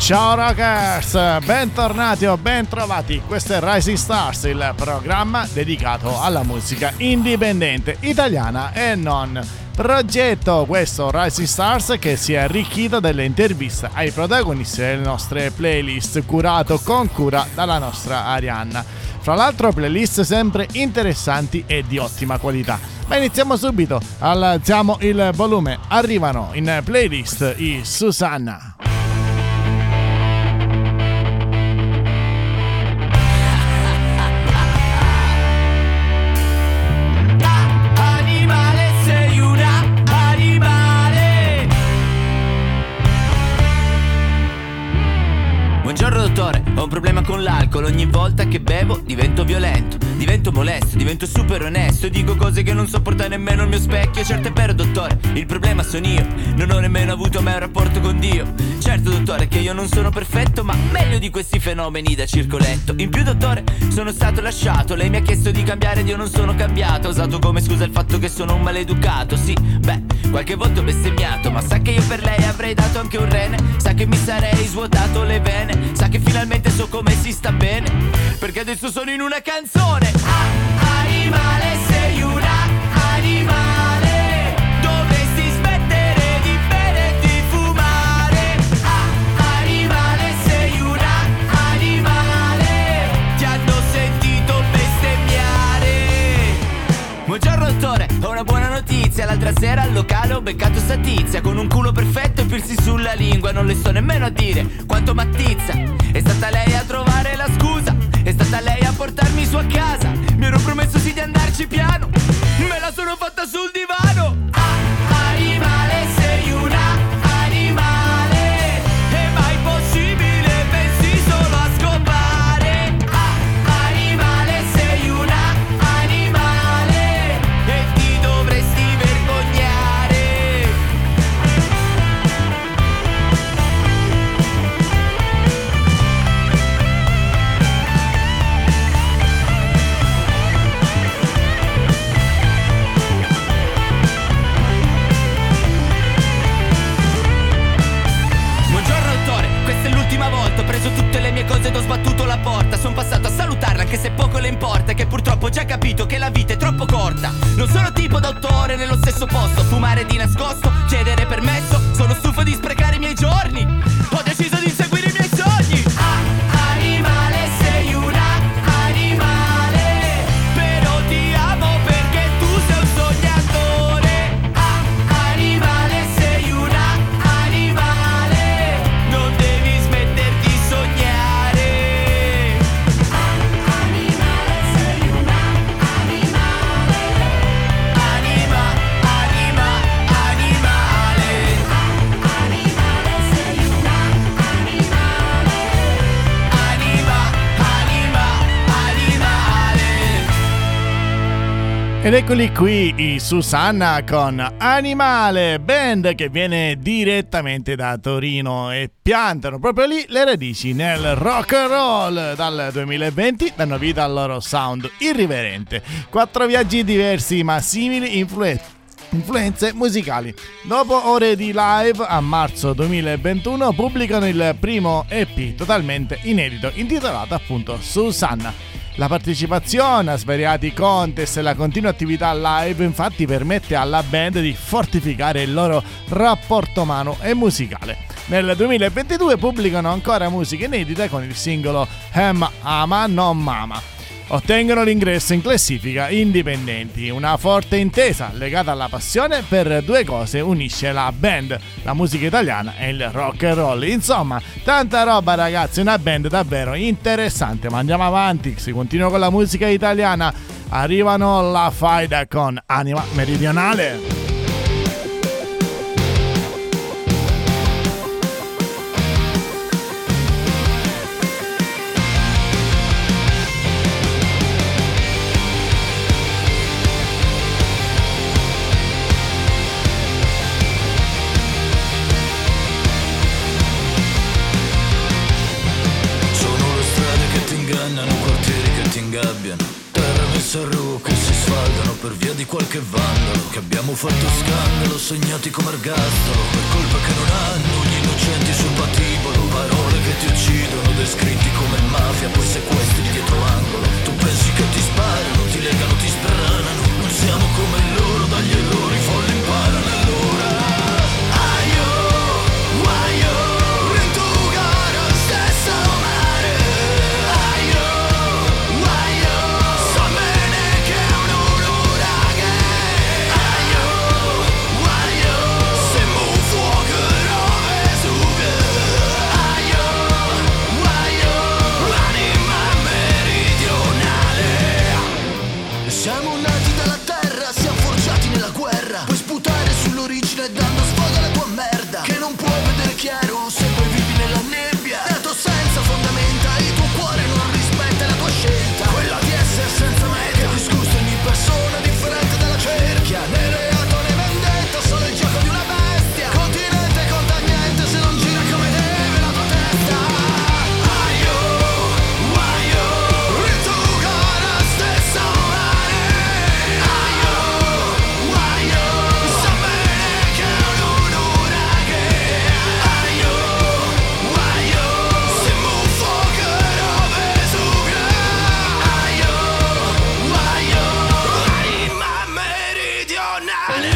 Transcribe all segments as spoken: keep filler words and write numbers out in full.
Ciao rockers, bentornati o bentrovati, questo è Rising Stars, il programma dedicato alla musica indipendente italiana e non. Progetto questo Rising Stars che si è arricchito delle interviste ai protagonisti delle nostre playlist, curato con cura dalla nostra Arianna. Fra l'altro playlist sempre interessanti e di ottima qualità. Ma iniziamo subito, alziamo il volume, arrivano in playlist i Susanna. Buongiorno dottore, ho un problema con l'alcol. Ogni volta che bevo divento violento, divento molesto, divento super onesto. Dico cose che non sopporta nemmeno il mio specchio. Certo è vero dottore, il problema sono io. Non ho nemmeno avuto mai un rapporto con Dio. Certo dottore che io non sono perfetto, ma meglio di questi fenomeni da circoletto. In più dottore, sono stato lasciato. Lei mi ha chiesto di cambiare ed io non sono cambiato. Ho usato come scusa il fatto che sono un maleducato. Sì, beh, qualche volta ho bestemmiato, ma sa che io per lei avrei dato anche un rene. Sa che mi sarei svuotato le vene. Sa che finalmente so come si sta bene, perché adesso sono in una canzone. Ah, animale, sei una animale. Dovresti smettere di bere e di fumare. Ah, animale, sei una animale. Ti hanno sentito bestemmiare. Buongiorno dottore, ho una buona notizia. L'altra sera al locale ho beccato sta tizia con un culo perfetto e piercing sulla lingua. Non le sto nemmeno a dire quanto m'attizza. È stata lei a trovare la scusa, è stata lei a portarmi su a casa. Mi ero promesso sì di andarci piano, me la sono fatta sul divano. Ah, animale, sei una animale. È mai possibile, pensi solo a scopare. Ah, animale, sei una animale e ti dovresti vergognare. L'ultima volta ho preso tutte le mie cose ed ho sbattuto la porta. Sono passato a salutarla anche se poco le importa, che purtroppo ho già capito che la vita è troppo corta. Non sono tipo d'autore nello stesso posto, fumare di nascosto, cedere permesso. Sono stufo di sprecare i miei giorni, ho deciso di inseguire i miei sogni. Ah, animale, sei una animale, però ti amo perché tu sei un sognatore. Ah, animale, sei una animale, non devi smetterti di sognare. Animale, sei una animale. Anima, anima, animale. Animale, sei una animale. Anima, anima, animale. Ed eccoli qui i Susanna con Animale, band che viene direttamente da Torino e piantano proprio lì le radici nel rock and roll. Dal duemilaventi danno vita al loro sound irriverente, quattro viaggi diversi ma simili influenze influenze musicali. Dopo ore di live, a marzo duemilaventuno pubblicano il primo E P totalmente inedito intitolato appunto Susanna. La partecipazione a svariati contest e la continua attività live infatti permette alla band di fortificare il loro rapporto umano e musicale. Nel duemilaventidue pubblicano ancora musica inedita con il singolo Hem Ama Non Mama. Ottengono l'ingresso in classifica indipendenti. Una forte intesa legata alla passione per due cose unisce la band, la musica italiana e il rock and roll. Insomma, tanta roba ragazzi, una band davvero interessante. Ma andiamo avanti, si continua con la musica italiana. Arrivano La Faida con Anima Meridionale. Terra messa a ru che si sfaldano per via di qualche vandalo, che abbiamo fatto scandalo, segnati come ergastolo, per colpa che non hanno gli innocenti sul patibolo. Parole che ti uccidono, descritti come mafia, poi sequestri dietro angolo. Tu pensi che ti sparano, ti legano, ti sbranano, non siamo come loro, dagli errori folli imparano allora. Aio, guaio, rintugare stesso mare. Aio, guaio, so bene che è un uragano. Aio, guaio, siamo un fuoco dove suga. Aio, guaio, anima meridionale. Siamo nati dalla terra, siamo forgiati nella guerra. Puoi sputare sull'origine dando sfogo alla tua merda, che non puoi vedere chiaro se poi vivi nella nebbia. Nato senza fondamenta, il tuo cuore non rispetta la tua scelta, quella di essere senza meta, che disgusta ogni persona differente dalla cerchia. Né reato né vendetta, solo il gioco di una bestia. Continente conta niente se non gira come deve la tua testa. Aio, guaio, ritugare stesso mare. Aio, guaio, so bene che è un uragano. Aio, guaio, siamo un fuoco dove suga. Aio, guaio, anima meridionale.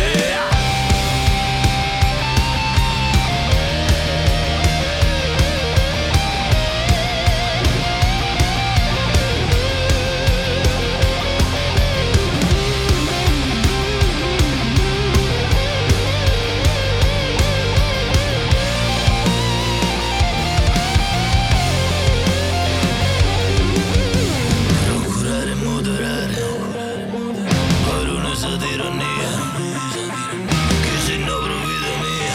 Procurare e moderare, parole di ironia, che se no provvida mia,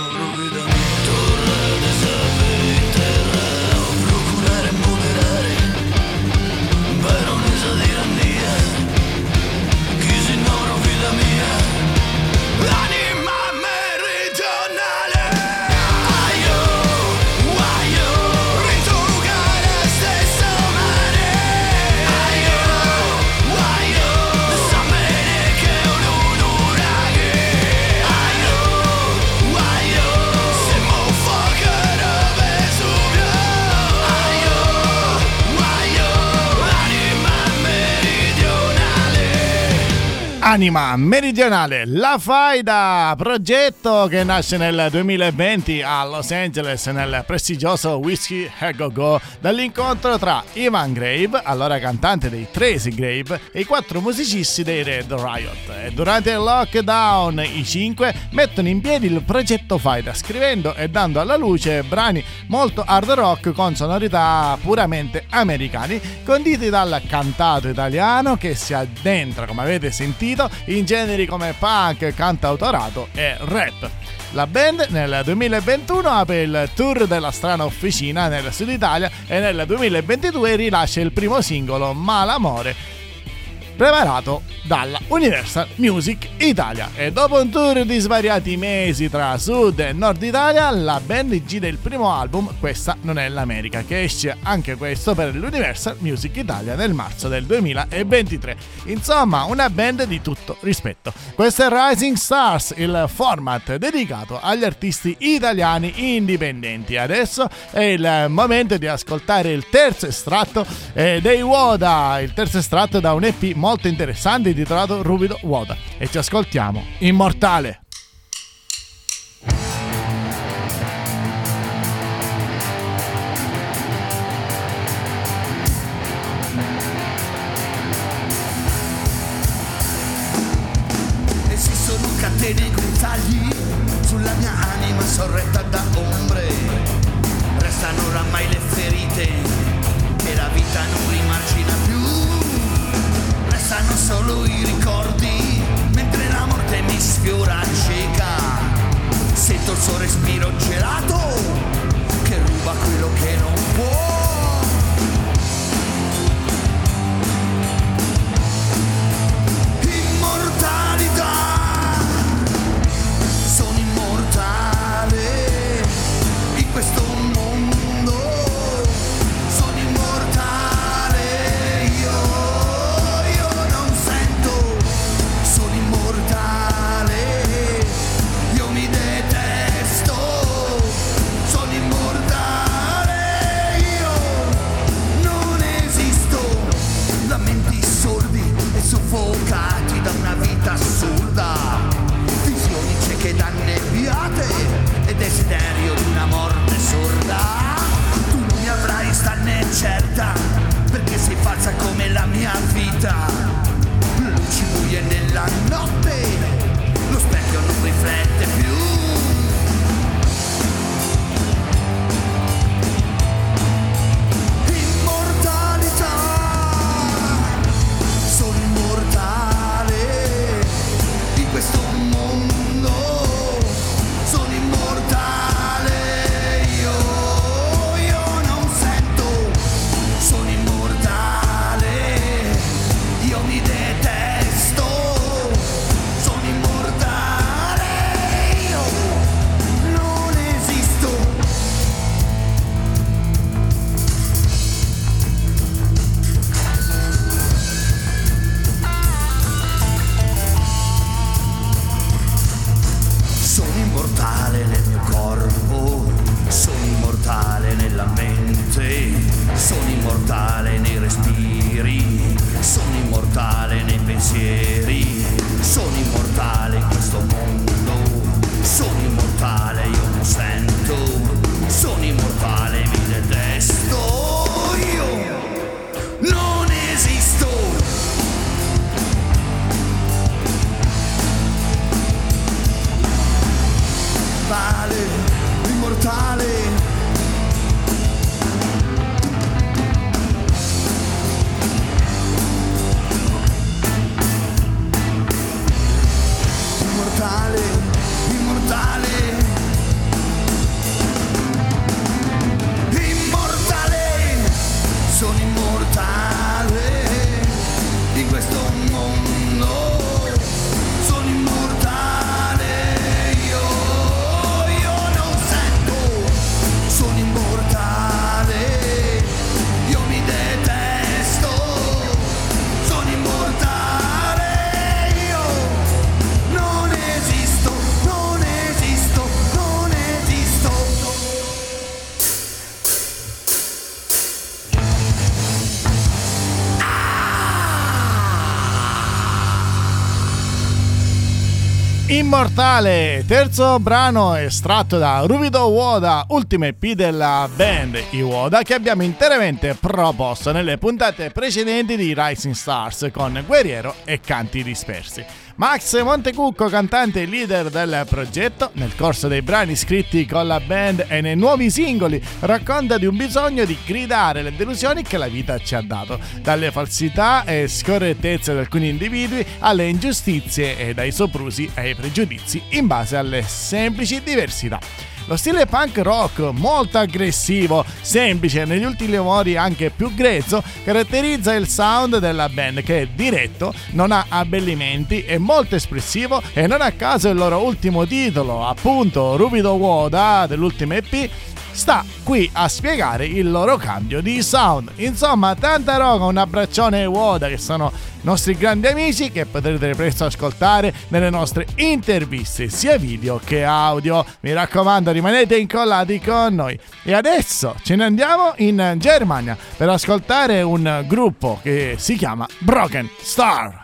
tornate sapere in terra. Procurare e moderare, parole di ironia, che se no provvida mia, anima meridionale. Aio, guaio, ritugare stesso mare. Aio, guaio, so bene che è un uragano. Aio, guaio, siamo un fuoco dove suga. Aio, guaio, anima meridionale. Anima meridionale, la faida, progetto che nasce nel duemilaventi a Los Angeles nel prestigioso Whiskey A Go Go dall'incontro tra Ivan Grave, allora cantante dei Tracy Grave, e i quattro musicisti dei Red Riot. E durante il lockdown i cinque mettono in piedi il progetto faida, scrivendo e dando alla luce brani molto hard rock con sonorità puramente americani, conditi dal cantato italiano che si addentra, come avete sentito, in generi come punk, cantautorato e rap. La band nel duemilaventuno apre il tour della strana officina nel sud Italia e nel duemilaventidue rilascia il primo singolo, Malamore, preparato dalla Universal Music Italia. E dopo un tour di svariati mesi tra Sud e Nord Italia, la band incide il primo album, Questa non è l'America, che esce anche questo per l'Universal Music Italia nel marzo del duemilaventitré. Insomma, una band di tutto rispetto. Questo è Rising Stars, il format dedicato agli artisti italiani indipendenti. Adesso è il momento di ascoltare il terzo estratto eh, dei Woda, il terzo estratto da un E P molto interessante intitolato Ruvido Woda, e ci ascoltiamo Immortale. Esistono catene con tagli sulla mia anima sorretta da ombre, restano oramai le ferite e la vita non rimargina più. Restano solo i ricordi, mentre la morte mi sfiora cieca. Sento il suo respiro gelato, che ruba quello che non può. Immortalità, sono immortale in questo mondo, sono immortale. Io, io non sento Immortale, immortale, immortale, sono immortale, in questo mondo sono immortale, io, io non sento, sono immortale, io mi detesto, sono immortale, io non esisto, non esisto, non esisto. Immortale, terzo brano estratto da Rubido Woda, ultimo E P della band I Woda, che abbiamo interamente proposto nelle puntate precedenti di Rising Stars con Guerriero e Canti Dispersi. Max Montecucco, cantante e leader del progetto, nel corso dei brani scritti con la band e nei nuovi singoli, racconta di un bisogno di gridare le delusioni che la vita ci ha dato, dalle falsità e scorrettezze di alcuni individui alle ingiustizie e dai soprusi ai pregiudizi in base alle semplici diversità. Lo stile punk rock, molto aggressivo, semplice, negli ultimi lavori anche più grezzo, caratterizza il sound della band, che è diretto, non ha abbellimenti, è molto espressivo e non a caso il loro ultimo titolo, appunto Rubido Woda dell'ultimo E P, sta qui a spiegare il loro cambio di sound. Insomma, tanta roba, un abbraccione ai Woda, che sono nostri grandi amici, che potrete presto ascoltare nelle nostre interviste sia video che audio. Mi raccomando, rimanete incollati con noi. E adesso ce ne andiamo in Germania per ascoltare un gruppo che si chiama Broken Star.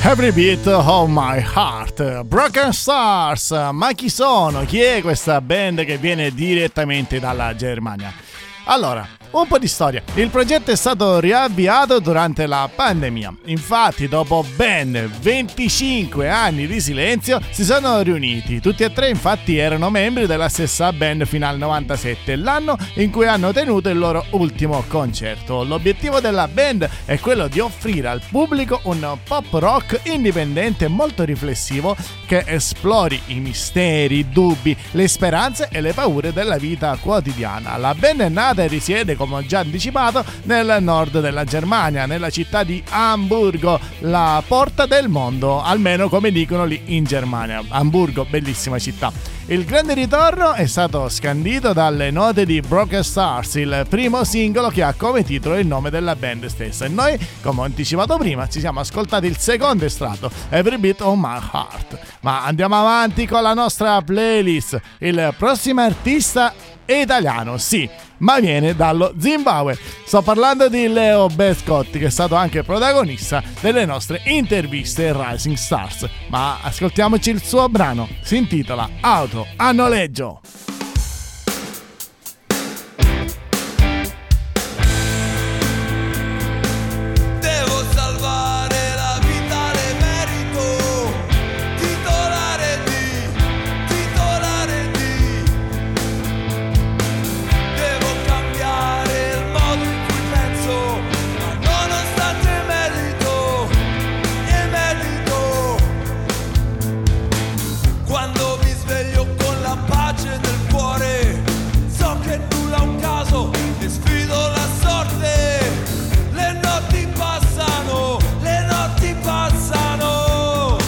Every Beat of My Heart, Broken Stars. Ma chi sono? Chi è questa band che viene direttamente dalla Germania? Allora, un po' di storia. Il progetto è stato riavviato durante la pandemia. Infatti, dopo ben venticinque anni di silenzio, si sono riuniti. Tutti e tre, infatti, erano membri della stessa band fino al novantasette, l'anno in cui hanno tenuto il loro ultimo concerto. L'obiettivo della band è quello di offrire al pubblico un pop rock indipendente molto riflessivo che esplori i misteri, i dubbi, le speranze e le paure della vita quotidiana. La band è nata e risiede, come ho già anticipato, nel nord della Germania, nella città di Amburgo, la porta del mondo, almeno come dicono lì in Germania. Amburgo, bellissima città. Il grande ritorno è stato scandito dalle note di Broken Stars, il primo singolo che ha come titolo il nome della band stessa, e noi, come ho anticipato prima, ci siamo ascoltati il secondo estratto, Every Beat of My Heart. Ma andiamo avanti con la nostra playlist. Il prossimo artista è italiano, sì, ma viene dallo Zimbabwe. Sto parlando di Leo Bescotti, che è stato anche protagonista delle nostre interviste Rising Stars. Ma ascoltiamoci il suo brano, si intitola Auto a noleggio. Quando mi sveglio con la pace nel cuore, so che nulla è un caso e sfido la sorte. Le notti passano, le notti passano,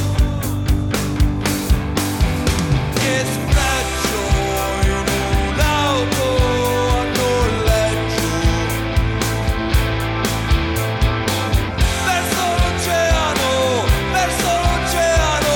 che spreccio in un'auto a noleggio verso l'oceano, verso l'oceano.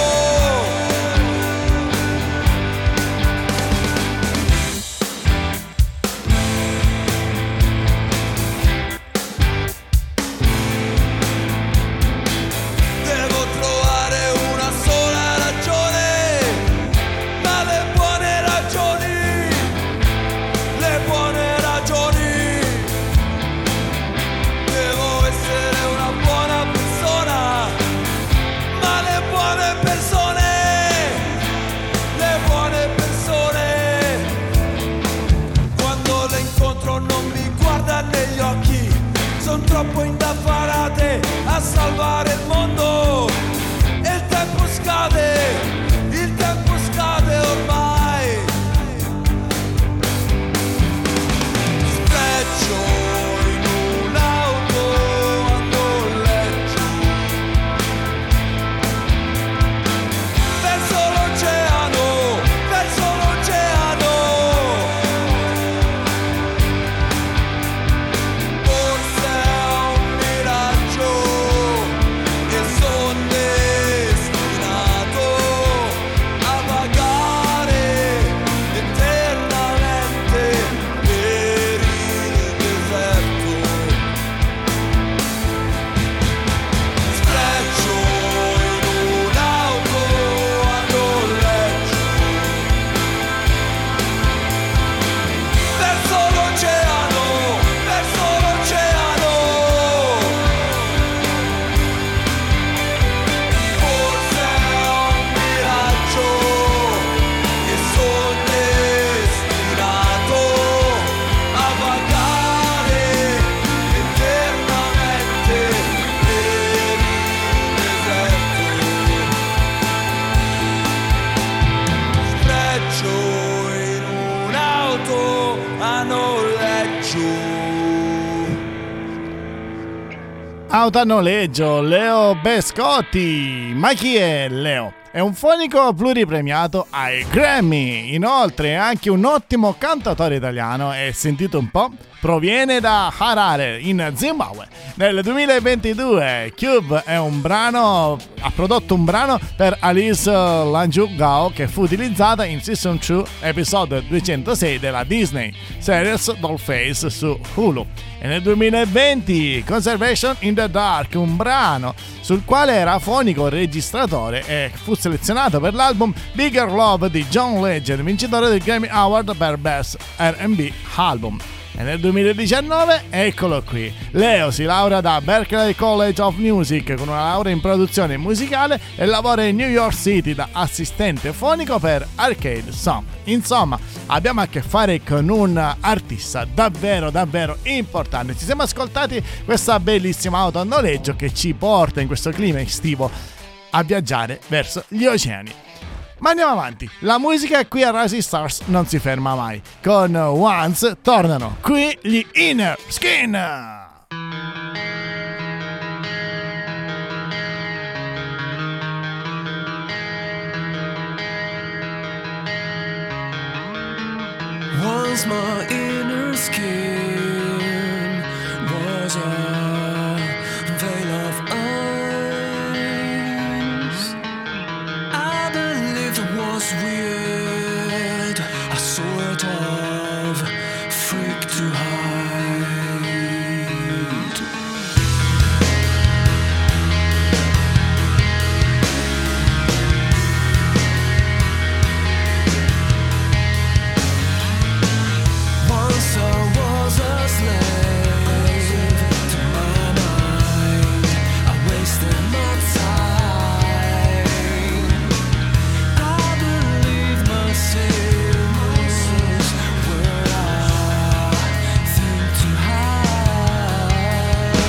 Devo trovare una sola ragione, ma le buone ragioni, le buone ragioni. Devo essere una buona persona, ma le buone persone, le buone persone. Quando le incontro non mi guarda negli occhi, sono troppo indaffarate a salvare il mondo. E il tempo scade, il tempo scade ormai. Spreccio in un'auto a noleggio verso l'oceano, verso l'oceano. Forse è un miraggio e son destinato a vagare eternamente per il deserto. Spreccio in un'auto a noleggio verso l'oceano, verso l'oceano. Forse è un miraggio e son destinato a vagare eternamente per il deserto. Spreccio in un'auto a noleggio. Auto a noleggio, Leo Bescotti. Ma chi è Leo? È un fonico pluripremiato ai Grammy. Inoltre è anche un ottimo cantautore italiano e, sentite un po', proviene da Harare in Zimbabwe. Nel duemilaventidue Cube è un brano, ha prodotto un brano per Alice Lanjugao che fu utilizzata in Season due, episodio duecentosei della Disney Series Dollface su Hulu. E nel duemilaventi Conservation in the Dark, un brano sul quale era fonico registratore e fu selezionato per l'album Bigger Love di John Legend, vincitore del Grammy Award per Best R and B Album. E nel duemiladiciannove, eccolo qui, Leo si laurea da Berklee College of Music con una laurea in produzione musicale e lavora in New York City da assistente fonico per Arcade Sound. Insomma, abbiamo a che fare con un artista davvero davvero importante. Ci siamo ascoltati questa bellissima auto a noleggio che ci porta in questo clima estivo a viaggiare verso gli oceani. Ma andiamo avanti, la musica qui a Rising Stars non si ferma mai. Con Once tornano qui gli Inner Skin. Once my inner skin was a veil of ice. I believed it was weird, a sort of freak to hide. Once I was a slave to my mind, I wasted my time. I believe my sins were a thing to hide.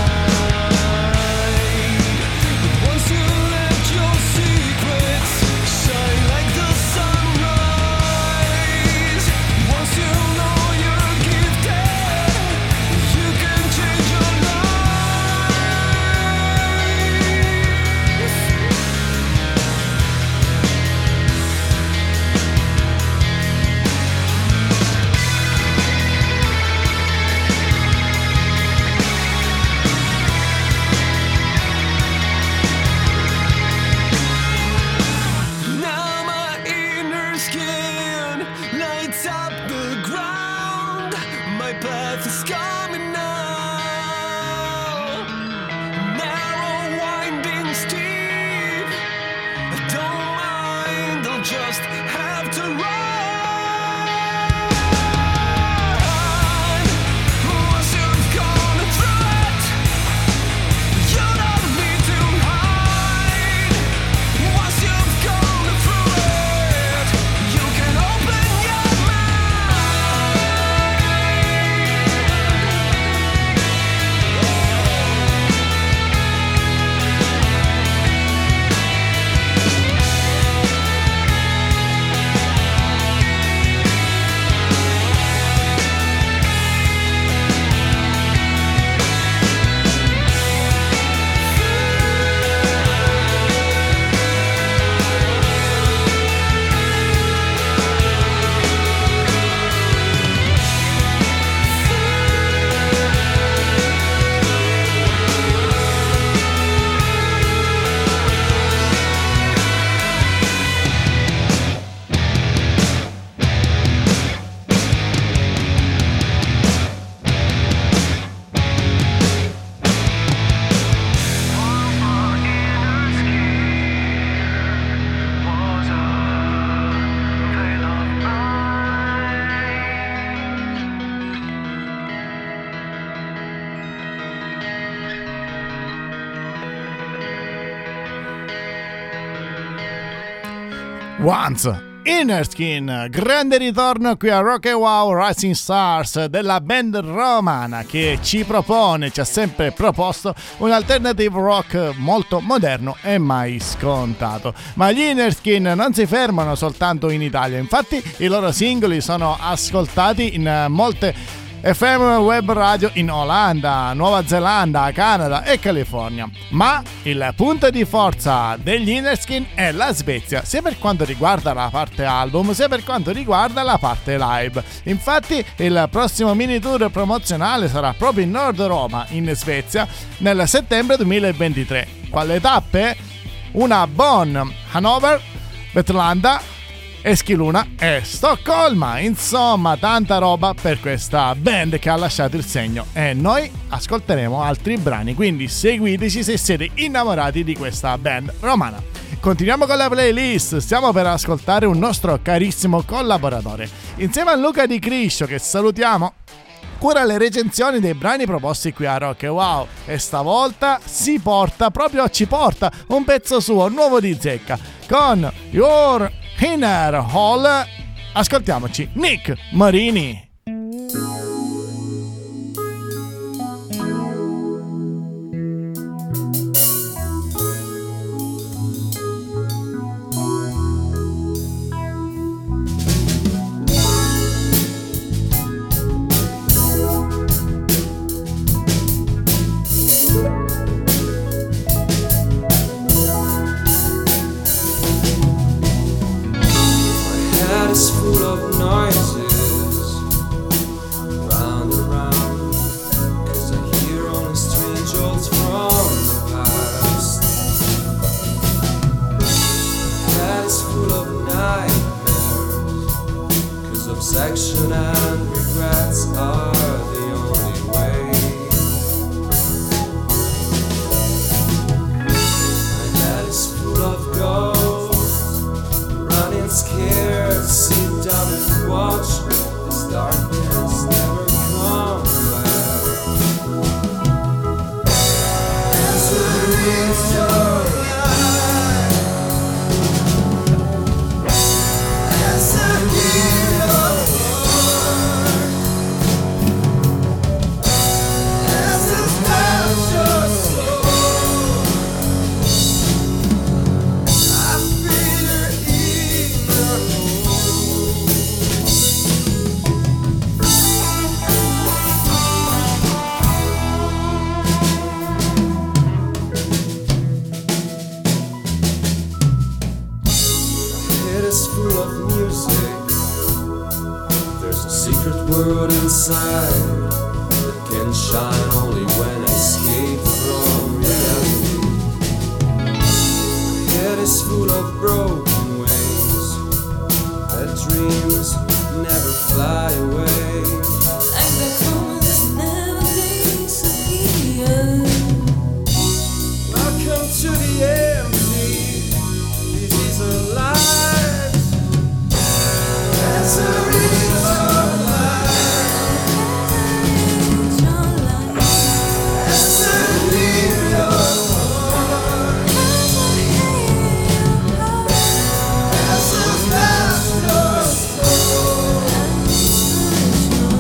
But once you let your secrets shine like the sunrise, once you know you're gifted, you can change your now my inner skin lights up the ground. My path is coming now. Narrow, winding, steep. I don't mind, I'll just have to run. Once you've gone through it, you don't need to hide. Once you've gone through it, you can open your Once Inner Skin, grande ritorno qui a Rock and Wow Rising Stars della band romana che ci propone, ci ha sempre proposto un alternative rock molto moderno e mai scontato. Ma gli Inner Skin non si fermano soltanto in Italia, infatti i loro singoli sono ascoltati in molte F M Web Radio in Olanda, Nuova Zelanda, Canada e California. Ma il punto di forza degli Innerskin è la Svezia, sia per quanto riguarda la parte album, sia per quanto riguarda la parte live. Infatti il prossimo mini tour promozionale sarà proprio in Nord Roma, in Svezia, nel settembre duemilaventitré. Quale tappe? Una Bonn, Hannover, Vetlanda, Eschiluna e Stoccolma. Insomma, tanta roba per questa band che ha lasciato il segno, e noi ascolteremo altri brani, quindi seguiteci se siete innamorati di questa band romana. Continuiamo con la playlist, stiamo per ascoltare un nostro carissimo collaboratore. Insieme a Luca Di Criscio, che salutiamo, cura le recensioni dei brani proposti qui a Rock e Wow, e stavolta si porta, proprio ci porta, un pezzo suo nuovo di zecca con Your Inner Hall. Ascoltiamoci Nick Marini. Full of noises round and round, 'cause I hear only strange jolts from the past. My head is full of nightmares, 'cause obsession and regrets are the only way. My head is full of ghosts, running scared, sit down and watch this darkness never come back. Answer is your life. Answer is your heart. Answer is your soul. I feel your inner. World inside that can shine only when escaped from reality. My head is full of broken wings, that dreams never fly away. Like the comments never disappear. Welcome to the empty, this is a lie. Answer is your life. Your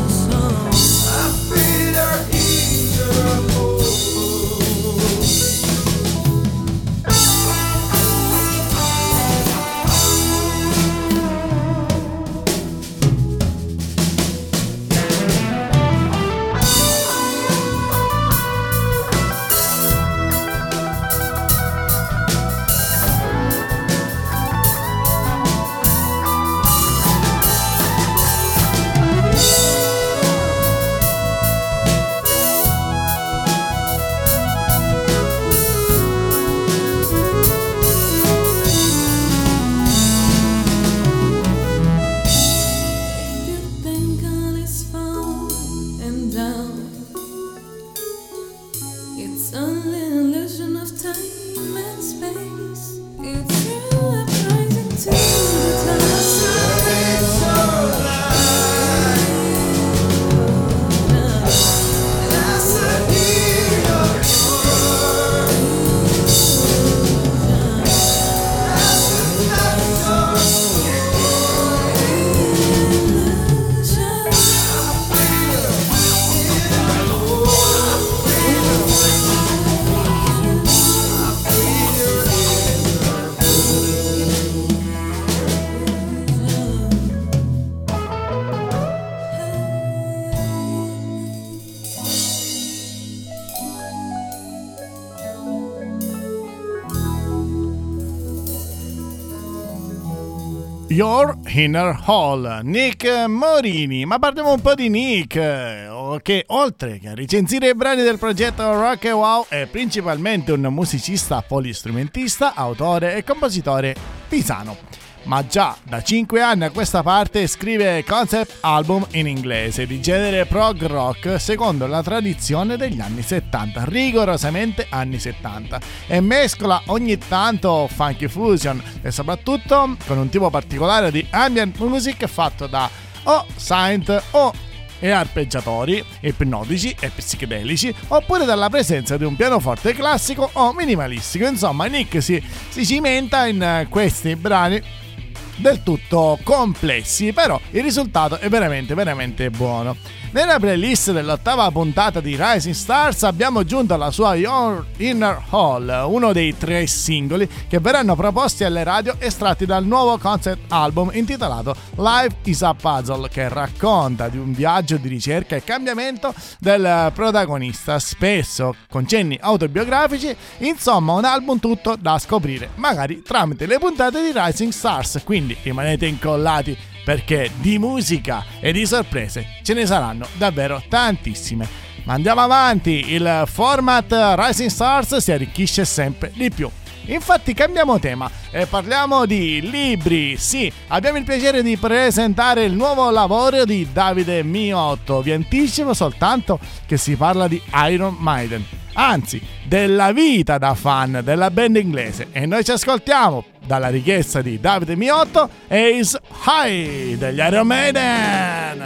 Your Inner Hall, Nick Morini. Ma parliamo un po' di Nick, che oltre che a recensire i brani del progetto Rock and Wow è principalmente un musicista polistrumentista, autore e compositore pisano. Ma già da cinque anni a questa parte scrive concept album in inglese di genere prog rock secondo la tradizione degli anni settanta, rigorosamente anni settanta, e mescola ogni tanto funky fusion e soprattutto con un tipo particolare di ambient music fatto da o synth o e arpeggiatori ipnotici e psichedelici, oppure dalla presenza di un pianoforte classico o minimalistico. Insomma, Nick si, si cimenta in questi brani del tutto complessi, però il risultato è veramente veramente buono. Nella playlist dell'ottava puntata di Rising Stars abbiamo aggiunto la sua Your Inner Hall, uno dei tre singoli che verranno proposti alle radio estratti dal nuovo concept album intitolato Life is a Puzzle, che racconta di un viaggio di ricerca e cambiamento del protagonista, spesso con cenni autobiografici. Insomma, un album tutto da scoprire, magari tramite le puntate di Rising Stars, quindi rimanete incollati perché di musica e di sorprese ce ne saranno davvero tantissime. Ma andiamo avanti, il format Rising Stars si arricchisce sempre di più. Infatti cambiamo tema e parliamo di libri. Sì, abbiamo il piacere di presentare il nuovo lavoro di Davide Miotto. Vi anticipo soltanto che si parla di Iron Maiden, anzi della vita da fan della band inglese, e noi ci ascoltiamo dalla richiesta di Davide Miotto Ace High degli Iron Maiden.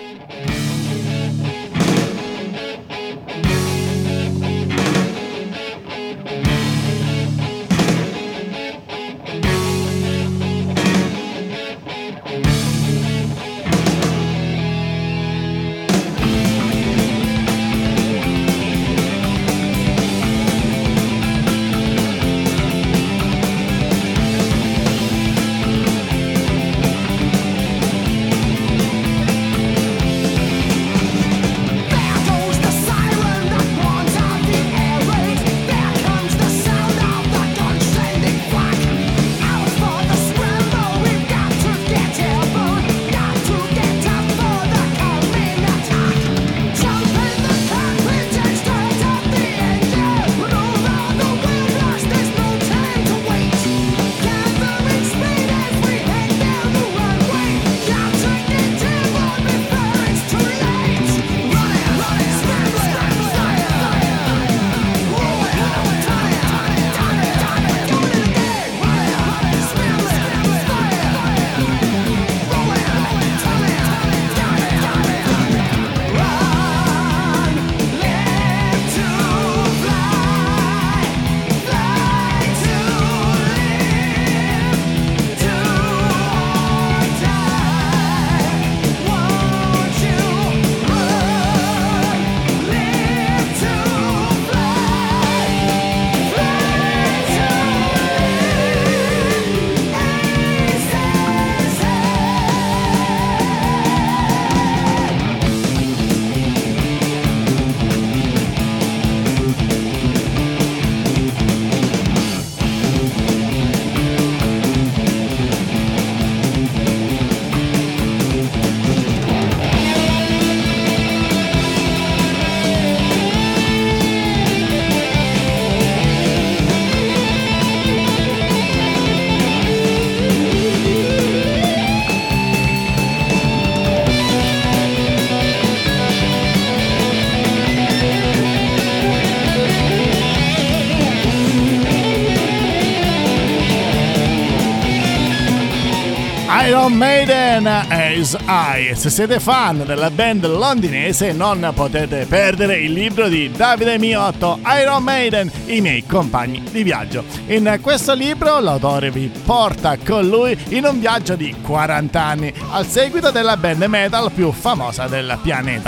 Iron Maiden Ace High. Se siete fan della band londinese non potete perdere il libro di Davide Miotto, Iron Maiden, i miei compagni di viaggio. In questo libro l'autore vi porta con lui in un viaggio di quaranta anni al seguito della band metal più famosa del pianeta.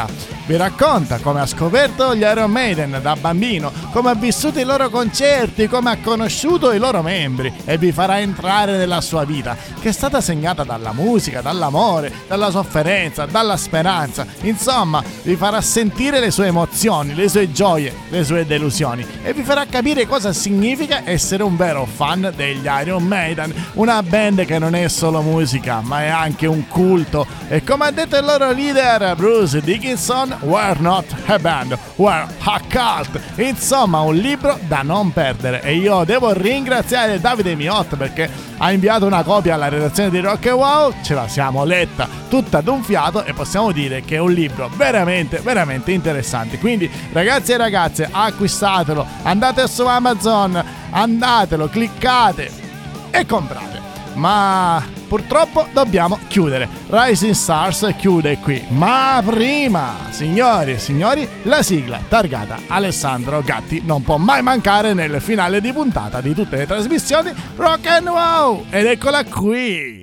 vi racconta come ha scoperto gli Iron Maiden da bambino, come ha vissuto i loro concerti, come ha conosciuto i loro membri e vi farà entrare nella sua vita, che è stata segnata dalla musica, dall'amore, dalla sofferenza, dalla speranza. Insomma, vi farà sentire le sue emozioni, le sue gioie, le sue delusioni e vi farà capire cosa significa essere un vero fan degli Iron Maiden, una band che non è solo musica ma è anche un culto e, come ha detto il loro leader Bruce Dickinson, we're not a band, we're a cult. Insomma, un libro da non perdere e io devo ringraziare Davide Miot perché ha inviato una copia alla redazione di Rock and Wow, ce la siamo letta tutta d'un fiato e possiamo dire che è un libro veramente veramente interessante. Quindi ragazzi e ragazze, acquistatelo, andate su Amazon, andatelo, cliccate e comprate. Ma purtroppo dobbiamo chiudere. Rising Stars chiude qui, ma prima, signori e signori, la sigla targata Alessandro Gatti non può mai mancare nel finale di puntata di tutte le trasmissioni Rock and Wow, ed eccola qui.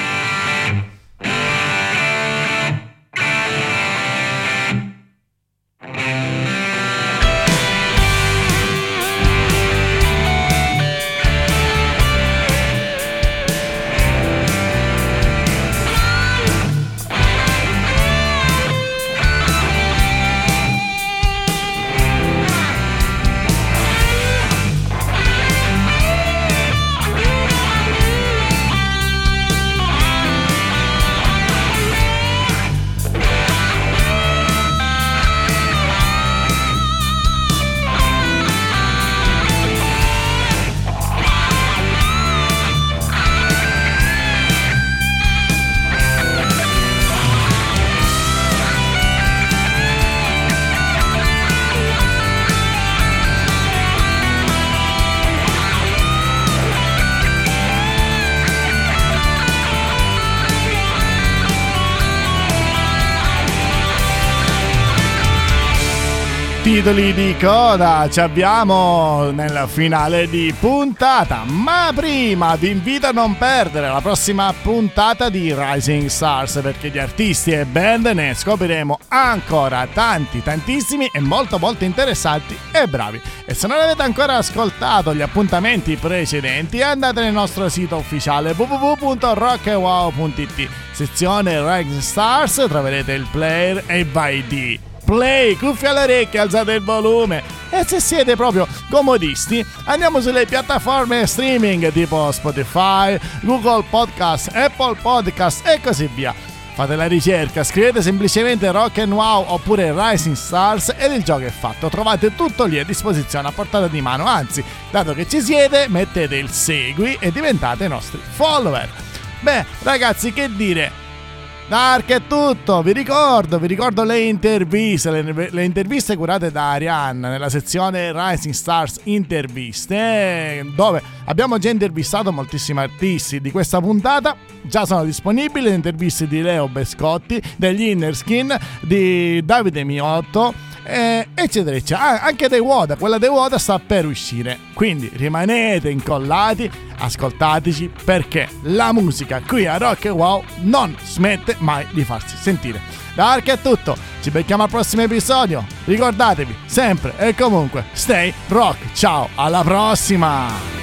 Titoli di coda ci abbiamo nel finale di puntata, ma prima vi invito a non perdere la prossima puntata di Rising Stars, perché di artisti e band ne scopriremo ancora tanti, tantissimi e molto molto interessanti e bravi. E se non avete ancora ascoltato gli appuntamenti precedenti, andate nel nostro sito ufficiale w w w punto rock and wow punto i t, sezione Rising Stars, troverete il player e vai di play, cuffie alle orecchie, alzate il volume e se siete proprio comodisti andiamo sulle piattaforme streaming tipo Spotify, Google Podcast, Apple Podcast e così via. Fate la ricerca, scrivete semplicemente Rock and Wow oppure Rising Stars ed il gioco è fatto, trovate tutto lì a disposizione a portata di mano, anzi, dato che ci siete, mettete il segui e diventate nostri follower. Beh ragazzi, che dire, Dark è tutto, vi ricordo, vi ricordo le interviste, le, le interviste curate da Arianna nella sezione Rising Stars interviste, dove abbiamo già intervistato moltissimi artisti di questa puntata. Già sono disponibili le interviste di Leo Bescotti, degli Innerskin, di Davide Miotto, eh, eccetera eccetera. Ah, anche dei Woda, quella dei Woda sta per uscire, quindi rimanete incollati, ascoltateci, perché la musica qui a Rock and Wow non smette mai di farsi sentire. Da Arca è tutto, ci becchiamo al prossimo episodio, ricordatevi sempre e comunque stay rock, ciao, alla prossima!